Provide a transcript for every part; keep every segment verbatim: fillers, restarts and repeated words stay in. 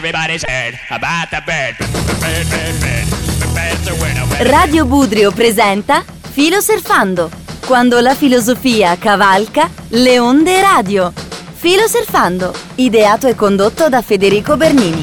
everybody's heard about the bird. Bird, bird, bird. The bird's a winner. Radio Budrio presenta Filo Surfando. Quando la filosofia cavalca le onde radio. Filo Surfando, ideato e condotto da Federico Bernini.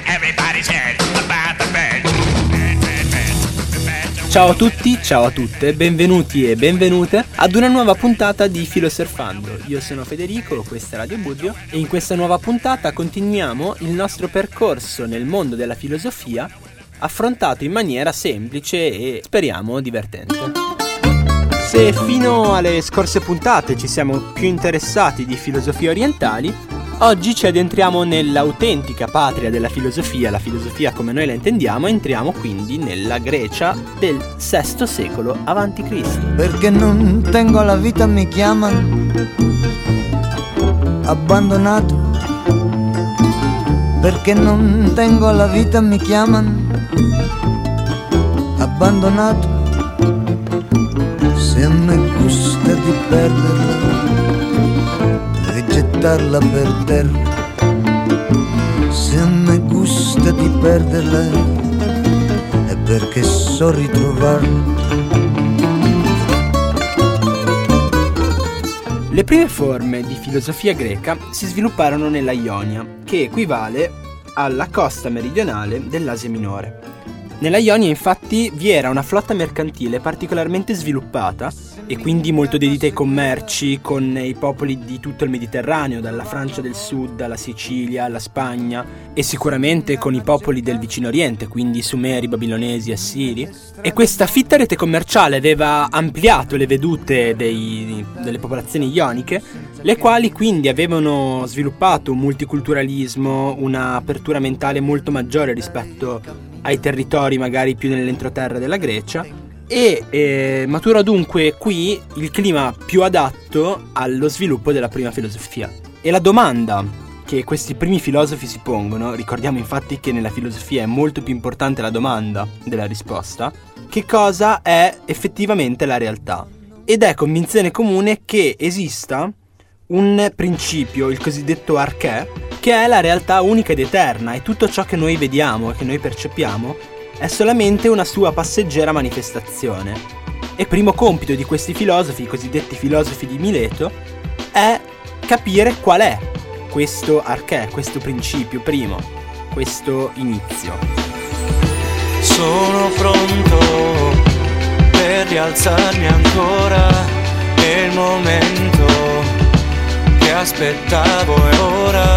Ciao a tutti, ciao a tutte, benvenuti e benvenute ad una nuova puntata di Filo Surfando. Io sono Federico, questa è Radio Budrio e in questa nuova puntata continuiamo il nostro percorso nel mondo della filosofia, affrontato in maniera semplice e speriamo divertente. Se fino alle scorse puntate ci siamo più interessati di filosofie orientali, oggi ci addentriamo nell'autentica patria della filosofia, la filosofia come noi la intendiamo, e entriamo quindi nella Grecia del sesto secolo avanti Cristo. Perché non tengo la vita mi chiamano abbandonato. Perché non tengo la vita mi chiamano abbandonato. Se a me gusta di perderla e gettarla per terra, se a me gusta di perderla è perché so ritrovarla. Le prime forme di filosofia greca si svilupparono nella Ionia, che equivale alla costa meridionale dell'Asia Minore. Nella Ionia infatti vi era una flotta mercantile particolarmente sviluppata e quindi molto dedita ai commerci con i popoli di tutto il Mediterraneo, dalla Francia del Sud alla Sicilia, alla Spagna, e sicuramente con i popoli del vicino Oriente, quindi Sumeri, Babilonesi, Assiri. E questa fitta rete commerciale aveva ampliato le vedute dei, delle popolazioni ioniche, le quali quindi avevano sviluppato un multiculturalismo, un'apertura mentale molto maggiore rispetto ai territori magari più nell'entroterra della Grecia, e eh, maturò dunque qui il clima più adatto allo sviluppo della prima filosofia. E la domanda che questi primi filosofi si pongono, ricordiamo infatti che nella filosofia è molto più importante la domanda della risposta: che cosa è effettivamente la realtà? Ed è convinzione comune che esista un principio, il cosiddetto arché, che è la realtà unica ed eterna, e tutto ciò che noi vediamo e che noi percepiamo è solamente una sua passeggera manifestazione. E primo compito di questi filosofi, i cosiddetti filosofi di Mileto, è capire qual è questo arché, questo principio primo, questo inizio. Sono pronto per rialzarmi ancora, è il momento che aspettavo e ora,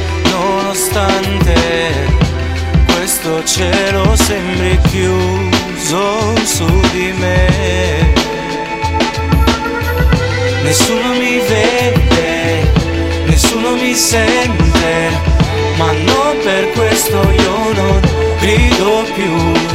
nonostante questo cielo sembri chiuso su di me. Nessuno mi vede, nessuno mi sente, ma non per questo io non grido più.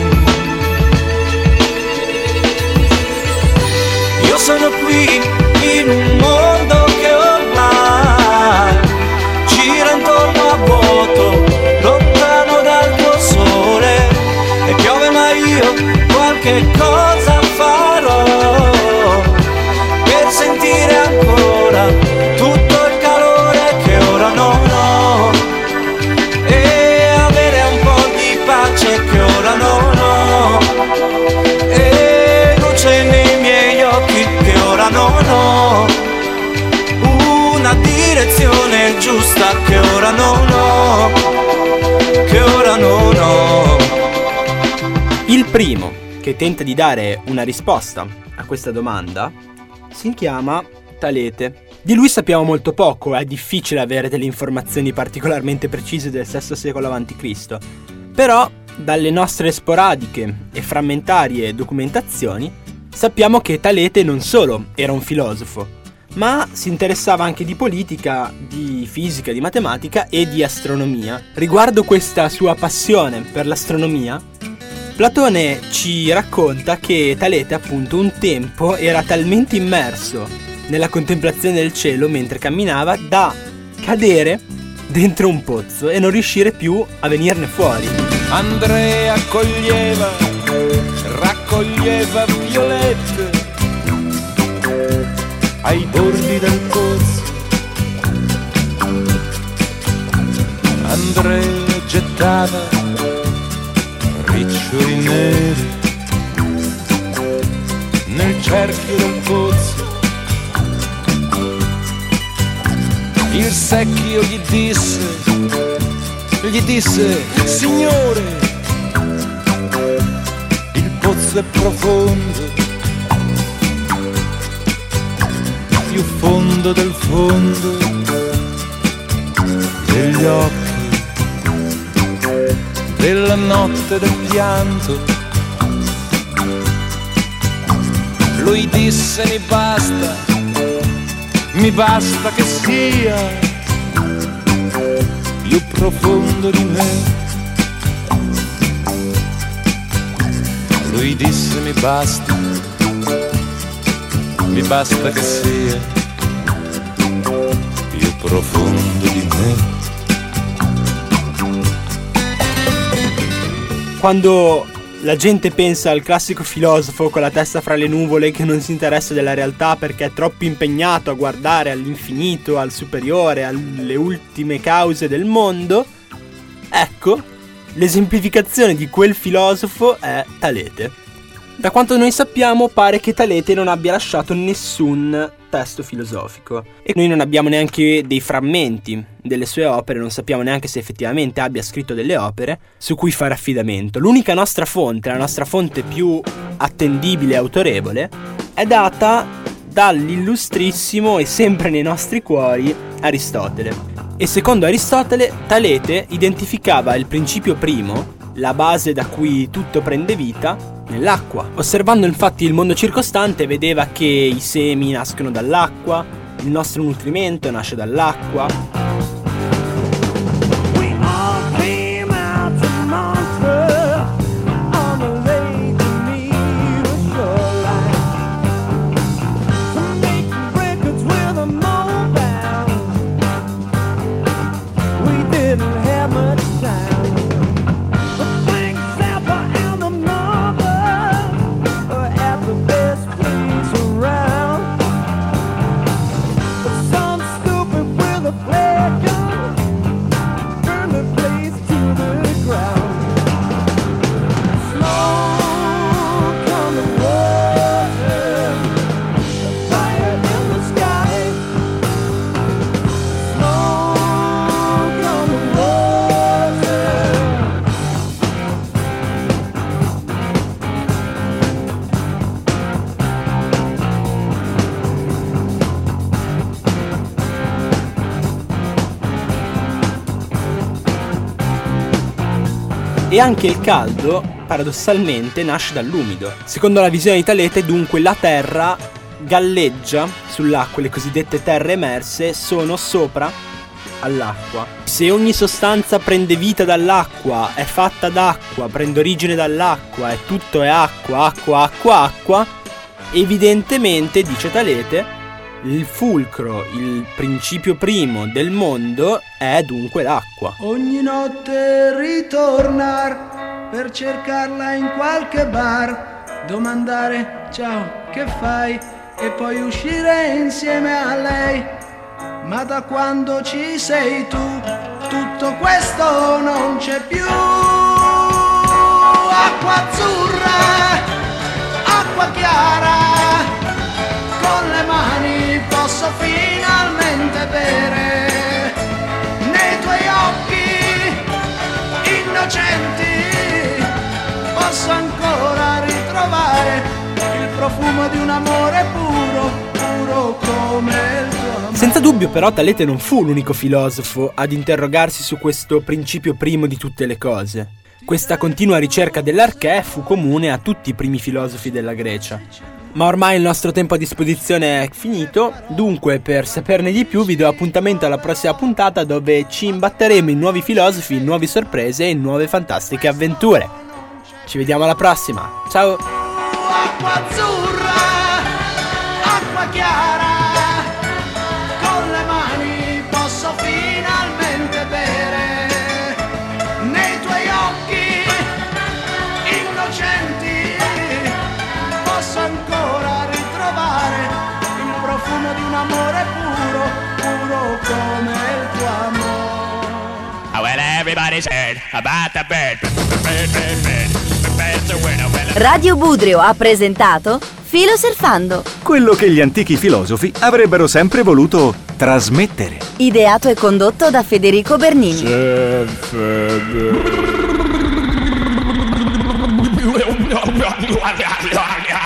Io sono qui in un mondo che ormai gira intorno a vuoto, lontano dal tuo sole, e piove ma io qualche cosa farò per sentire ancora tutto il calore che ora non ho, e avere un po' di pace che ora non ho, e luce nei miei occhi che ora non ho, una direzione giusta che ora non ho, che ora non ho. Il primo che tenta di dare una risposta a questa domanda si chiama Talete. Di lui sappiamo molto poco, è difficile avere delle informazioni particolarmente precise del sesto secolo avanti Cristo, però dalle nostre sporadiche e frammentarie documentazioni sappiamo che Talete non solo era un filosofo, ma si interessava anche di politica, di fisica, di matematica e di astronomia. Riguardo questa sua passione per l'astronomia, Platone ci racconta che Talete appunto un tempo era talmente immerso nella contemplazione del cielo mentre camminava da cadere dentro un pozzo e non riuscire più a venirne fuori. Andrea coglieva, raccoglieva violette ai bordi del pozzo. Andrea gettava riccioli neri nel cerchio del pozzo. Il secchio gli disse, gli disse, signore, il pozzo è profondo, più fondo del fondo degli occhi, della notte del pianto. Lui disse mi basta, mi basta che sia più profondo di me. Lui disse mi basta, mi basta che sia più profondo di me. Quando la gente pensa al classico filosofo con la testa fra le nuvole che non si interessa della realtà perché è troppo impegnato a guardare all'infinito, al superiore, alle ultime cause del mondo, ecco, l'esemplificazione di quel filosofo è Talete. Da quanto noi sappiamo pare che Talete non abbia lasciato nessun testo filosofico e noi non abbiamo neanche dei frammenti delle sue opere, non sappiamo neanche se effettivamente abbia scritto delle opere su cui fare affidamento. L'unica nostra fonte, la nostra fonte più attendibile e autorevole, è data dall'illustrissimo e sempre nei nostri cuori Aristotele. E secondo Aristotele, Talete identificava il principio primo, la base da cui tutto prende vita, nell'acqua. Osservando infatti il mondo circostante vedeva che i semi nascono dall'acqua, il nostro nutrimento nasce dall'acqua. E anche il caldo, paradossalmente, nasce dall'umido. Secondo la visione di Talete, dunque, la terra galleggia sull'acqua, le cosiddette terre emerse sono sopra all'acqua. Se ogni sostanza prende vita dall'acqua, è fatta d'acqua, prende origine dall'acqua e tutto è acqua, acqua, acqua, acqua, evidentemente, dice Talete, il fulcro, il principio primo del mondo è dunque l'acqua. Ogni notte ritornar per cercarla in qualche bar, domandare ciao che fai e poi uscire insieme a lei. Ma da quando ci sei tu tutto questo non c'è più. Acqua azzurra, acqua chiara, con le mani posso finalmente bere. Nei tuoi occhi innocenti posso ancora ritrovare il profumo di un amore puro, puro come il tuo amore. Senza dubbio però Talete non fu l'unico filosofo ad interrogarsi su questo principio primo di tutte le cose. Questa continua ricerca dell'archè fu comune a tutti i primi filosofi della Grecia. Ma ormai il nostro tempo a disposizione è finito, dunque per saperne di più vi do appuntamento alla prossima puntata dove ci imbatteremo in nuovi filosofi, in nuove sorprese e in nuove fantastiche avventure. Ci vediamo alla prossima, ciao! Acqua azzurra, acqua chiara, con le mani posso finalmente bere. Nei tuoi occhi innocenti posso ancora ritrovare il profumo di un amore puro, puro come il tuo amore. Oh, well, everybody Everybody's heard about the bird. Bird, bird, bird. The bird's a winner. Well, Radio Budrio ha presentato Filo Surfando, Quello che gli antichi filosofi avrebbero sempre voluto trasmettere. ideato e condotto da Federico Bernini. Surf-